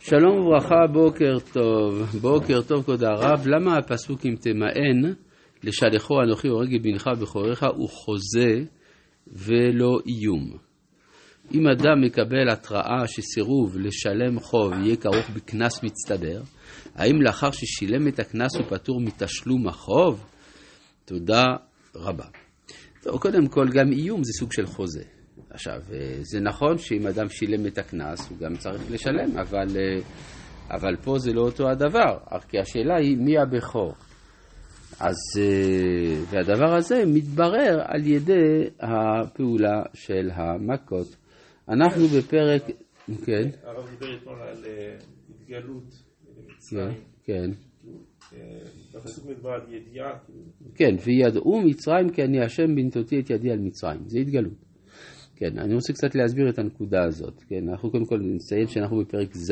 שלום וברכה, בוקר טוב. בוקר טוב כבוד הרב. למה הפסוק אם תמאן לשלחו אנוכי הורג בנך בכורך הוא חוזה ולא איום? אם אדם מקבל התראה שסירוב לשלם חוב יהיה כרוך בכנס מצטבר, האם לאחר ששילם את הכנס הוא פטור מתשלום החוב? תודה רבה. טוב, קודם כל גם איום זה סוג של חוזה. עכשיו, זה נכון שאם אדם שילם את הכנס הוא גם צריך לשלם, אבל פה זה לא אותו הדבר. כי השאלה היא מי הבכור. אז, והדבר הזה מתברר על ידי הפעולה של המכות. אנחנו בפרק... כן. הרב דיבר אתמול על התגלות במצרים. כן. בפסוק מדבר על ידיעה. כן, וידעו מצרים כי אני השם בנתותי את ידי על מצרים. זה התגלות. כן, אני רוצה קצת להסביר את הנקודה הזאת. כן, אנחנו קודם כל נציין שאנחנו בפרק ז'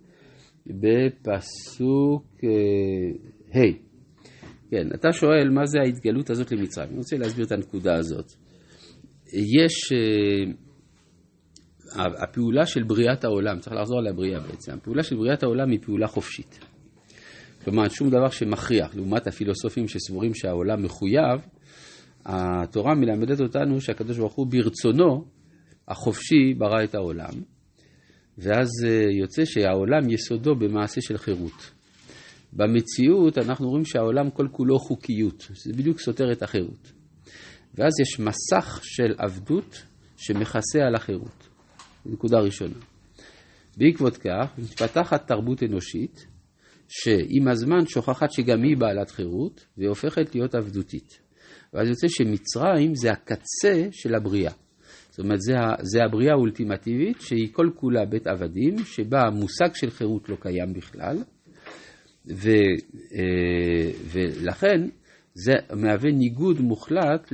בפסוק ה'. כן, אתה שואל מה זה ההתגלות הזאת למצרים. אני רוצה להסביר את הנקודה הזאת. יש הפעולה של בריאת העולם, צריך לחזור על הבריאה בעצם. הפעולה של בריאת העולם היא פעולה חופשית. כלומר, שום דבר שמכריח, לעומת הפילוסופים שסבורים שהעולם מחויב, התורה מלמדת אותנו שהקדוש ברוך הוא ברצונו החופשי ברא את העולם, ואז יוצא שהעולם יסודו במעשה של חירות. במציאות אנחנו רואים שהעולם כל כולו חוקיות, זה בדיוק סותר את החירות. ואז יש מסך של עבדות שמכסה על החירות. זו נקודה ראשונה. בעקבות כך מתפתחת תרבות אנושית, שעם הזמן שוכחת שגם היא בעלת חירות, והופכת להיות עבדותית. ואז יוצא שמצרים זה הקצה של הבריאה. זאת אומרת, זה הבריאה האולטימטיבית, שהיא כל כולה בית עבדים, שבה המושג של חירות לא קיים בכלל, ולכן זה מהווה ניגוד מוחלט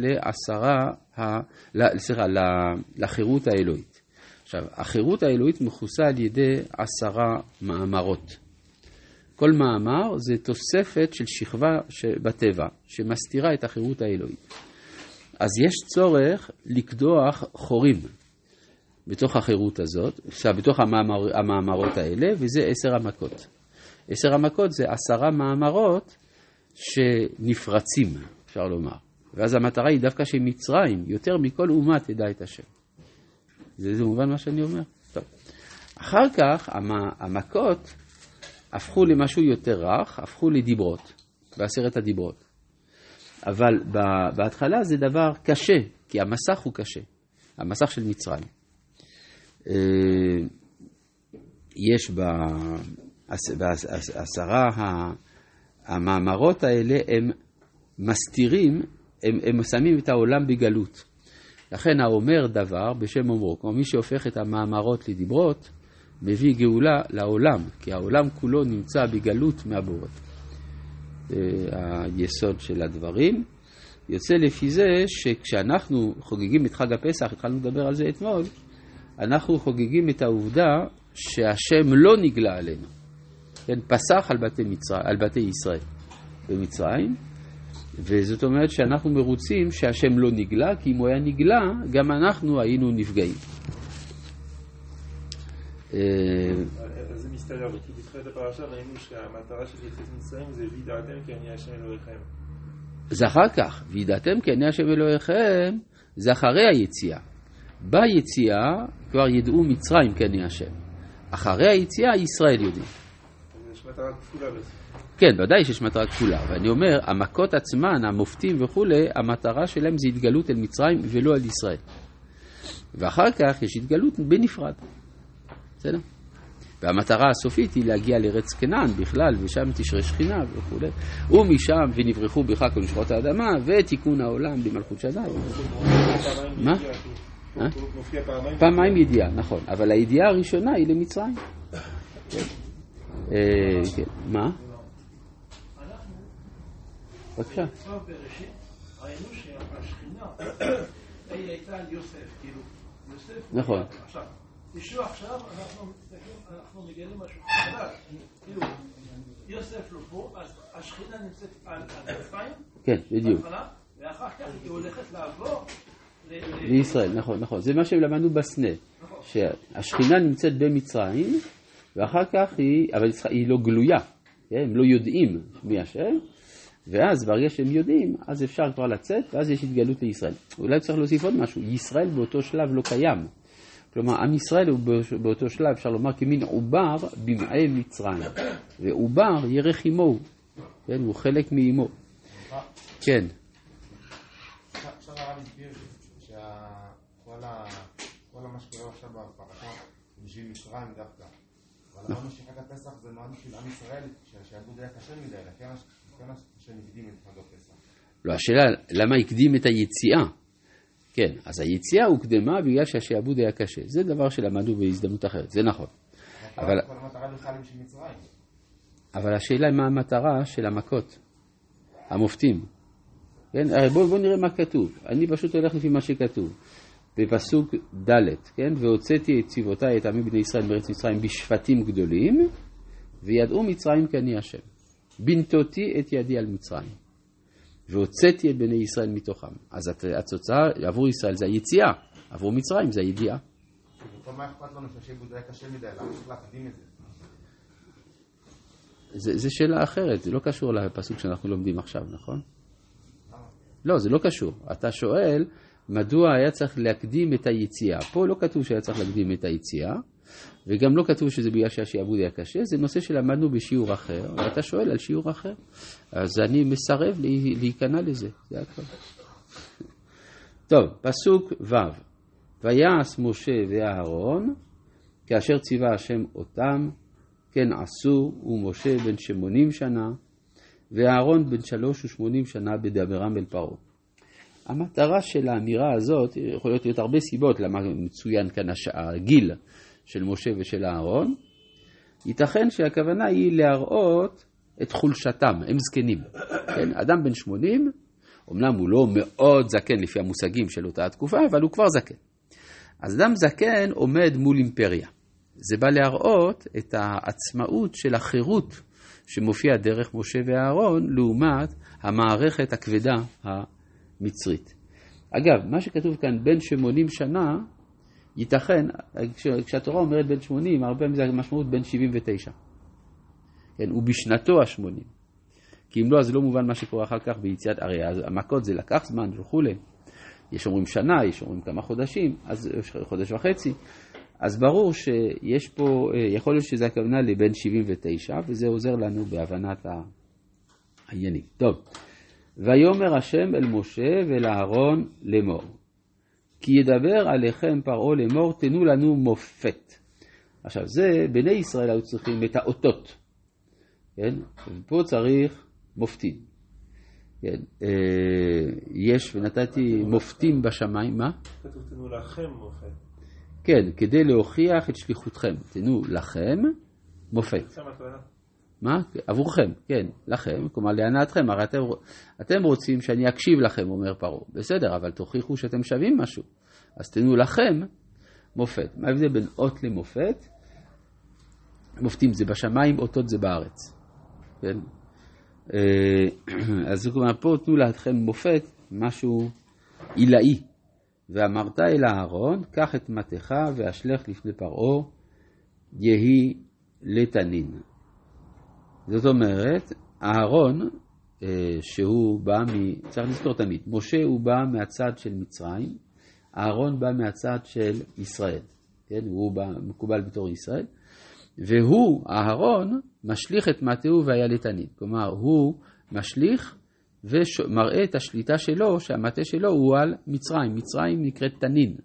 לחירות האלוהית. עכשיו, החירות האלוהית מכוסה על ידי 10 מאמרות. כל מאמר זה תוספת של שכבה בטבע, שמסתירה את החירות האלוהית. אז יש צורך לקדוח חורים בתוך החירות הזאת, בתוך המאמרות האלה, וזה 10 המכות. 10 המכות זה 10 מאמרות שנפרצים, אפשר לומר. ואז המטרה היא דווקא שמצרים, יותר מכל אומה תדע את השם. זה מובן מה שאני אומר? טוב. אחר כך המכות הפכו למשהו יותר רך, הפכו לדיברות, ב10 הדיברות. אבל בהתחלה זה דבר קשה, כי המסך הוא קשה, המסך של מצרים. יש ב10 המאמרות האלה, הם מסתירים, הם שמים את העולם בגלות. לכן האומר דבר בשם אומרו, כמו מי שהופך את המאמרות לדיברות, מביא גאולה לעולם, כי העולם כולו נמצא בגלות מהבורא. היסוד של הדברים. יוצא לפי זה שכשאנחנו חוגגים את חג הפסח, התחלנו לדבר על זה אתמול, אנחנו חוגגים את העובדה שהשם לא נגלה עלינו. כן, פסח על בתי ישראל במצרים, וזאת אומרת שאנחנו מרוצים שהשם לא נגלה, כי אם הוא היה נגלה, גם אנחנו היינו נפגעים. זה מסתדר, כי בתחילת הפרשה ראינו שהמטרה של יציאת מצרים זה וידעתם כי אני השם אלוהיכם. זה אחר כך, וידעתם כי אני השם אלוהיכם, זה אחרי היציאה. ביציאה כבר ידעו מצרים כי אני השם. אחרי היציאה ישראל יודעים. יש מטרה כפולה לזה. כן, ודאי שיש מטרה כפולה, ואני אומר, המכות עצמן, המופתים וכו', המטרה שלהם זה התגלות אל מצרים ולא אל ישראל. ואחר כך יש התגלות בנפרד. בסדר? והמטרה הסופית היא להגיע לארץ כנען בכלל, ושם תשרה שכינה וכו'. ומשם ונברחו בך כל נשמות האדמה, ותיקון העולם במלכות שדי. מה? פעמיים ידיעה, נכון. אבל הידיעה הראשונה היא למצרים. כן. מה? בבקשה. ראינו שהשכינה היא הייתה על יוסף, כאילו. נכון. תשאו עכשיו, אנחנו מגלים משהו חדש. כאילו, יוסף לא פה, אז השכינה נמצאת על כתפיים. כן, בדיוק. ואחר כך היא הולכת לעבור לישראל, נכון. זה מה שלמדנו בסנה. שהשכינה נמצאת במצרים, ואחר כך אבל היא לא גלויה, כן? הם לא יודעים מי השם, ואז ברגע שהם יודעים, אז אפשר כבר לצאת, ואז יש התגלות לישראל. אולי צריך להוסיף עוד משהו, ישראל באותו שלב לא קיים. כלומר, עם ישראל הוא באותו שלב, אפשר לומר, כמין עובר במעי מצרים. ועובר ירך עמו, כן? הוא חלק מאמו. כן. עכשיו הרב הסביר שכל מה שקורה עכשיו בפרשה בשביל מצרים דווקא. אבל אמרנו שחג הפסח זה נועד בשביל עם ישראל, שהשעבוד היה קשה מדי, לכן שנקדים את חג הפסח. לא, השאלה, למה הקדים את היציאה? כן, אז היציאה הוקדמה בגלל שהשעבוד היה קשה. זה דבר שלמדנו בהזדמנות אחרת, זה נכון. אבל כל המטרה בכלל היא בשביל מצרים. אבל השאלה היא מה המטרה של המכות, המופתים. כן? בוא נראה מה כתוב. אני פשוט הולך לפי מה שכתוב. בפסוק ד', כן? והוצאתי את צבאותיי את עמי בני ישראל מארץ מצרים בשפטים גדולים, וידעו מצרים כי אני השם. בנתותי את ידי על מצרים. והוצאתי את בני ישראל מתוכם. אז התוצאה עבור ישראל זה היציאה, עבור מצרים זה הידיעה. וכל מה אכפת לנו שהשעבוד היה קשה מדי, למה צריך להקדים את זה? זה שאלה אחרת, זה לא קשור לפסוק שאנחנו לומדים עכשיו, נכון? לא, זה לא קשור. אתה שואל, מדוע היה צריך להקדים את היציאה? פה לא כתוב שהיה צריך להקדים את היציאה, וגם לא כתוב שזה בגלל שהשעבוד היה קשה, זה נושא שלמדנו בשיעור אחר, ואתה שואל על שיעור אחר. אז אני מסרב להיכנע לזה, זה הכל. טוב, פסוק ו' ויעש משה ואהרון, כאשר ציווה השם אותם, כן עשו, ומשה בן 80 שנה, ואהרון בן 83 שנה בדברם אל פרעה. המטרה של האמירה הזאת, יכולות להיות הרבה סיבות למה מצוין כאן הגיל של משה ושל אהרון. ייתכן שהכוונה היא להראות את חולשתם, הם זקנים. כן? אדם בן 80, אמנם הוא לא מאוד זקן לפי המושגים של אותה התקופה, אבל הוא כבר זקן. אז אדם זקן עומד מול אימפריה. זה בא להראות את העצמאות של החירות שמופיע דרך משה ואהרון, לעומת המערכת הכבדה המצרית. אגב, מה שכתוב כאן בין 80 שנה, ייתכן, כשהתורה אומרת בין 80, הרבה מזה משמעות בין 79. כן, ובשנתו ה-80. כי אם לא, אז לא מובן מה שקורה אחר כך ביציאת, הרי המכות זה לקח זמן וכו'. יש אומרים שנה, יש אומרים כמה חודשים, אז חודש וחצי. אז ברור שיש פה, יכול להיות שזה הכוונה לבין 79, וזה עוזר לנו בהבנת העניינים. טוב, ויאמר השם אל משה ואל אהרון לאמור, כי ידבר עליכם פרעה לאמור, תנו לנו מופת. עכשיו, זה, בני ישראל היו צריכים את האותות, כן? ופה צריך מופתים. כן? יש, ונתתי מופתים בשמיים, מה? כתוב, תנו לכם מופת. כן, כדי להוכיח את שליחותכם. תנו לכם מופת. מה? עבורכם, כן, לכם, כלומר להנאתכם. הרי אתם רוצים שאני אקשיב לכם, אומר פרעה. בסדר, אבל תוכיחו שאתם שווים משהו. אז תנו לכם מופת. מה ההבדל בין אות למופת? מופתים זה בשמיים, אותות זה בארץ. כן? אז כלומר, פה תנו לכם מופת, משהו עילאי. ואמרת אל אהרון, קח את מתך ואשלך לפני פרעה, יהי לתנין. זאת אומרת, אהרון, שהוא בא צריך לזכור תמיד, משה הוא בא מהצד של מצרים, אהרון בא מהצד של ישראל, כן? הוא בא מקובל בתור ישראל, והוא, אהרון, משליך את מטהו והיה לתנין. כלומר, הוא משליך ומראה את השליטה שלו, שהמטה שלו הוא על מצרים. מצרים נקראת תנין.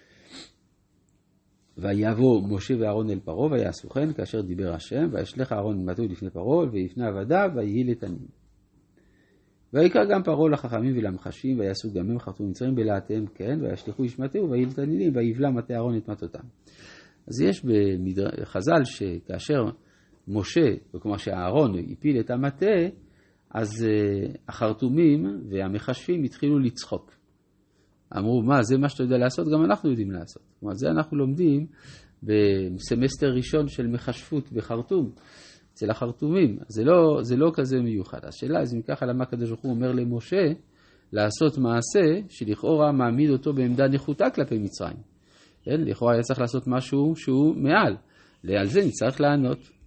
ויבוא משה ואהרון אל פרעה ויעשו כן כאשר דיבר השם, וישלח אהרון מטהו לפני פרעה ולפני עבדיו ויהי לתנין. ויקרא גם פרעה לחכמים ולמחשים ויעשו גם הם חרטו מצרים בלעתיהם כן, וישלחו איש מטהו ויהי לתנינים ויבלע מטה אהרון את מטותם. אז יש בחז"ל שכאשר משה, כלומר שאהרון הפיל את המטה, אז החרטומים והמחשבים התחילו לצחוק. אמרו, מה, זה מה שאתה יודע לעשות? גם אנחנו יודעים לעשות. כלומר, זה אנחנו לומדים בסמסטר ראשון של מחשבות בחרטום, אצל החרטומים. זה לא כזה מיוחד. השאלה, אז אם ככה, למה הקדוש ברוך הוא אומר למשה לעשות מעשה שלכאורה מעמיד אותו בעמדה נחותה כלפי מצרים. כן? לכאורה היה צריך לעשות משהו שהוא מעל. על זה נצטרך לענות.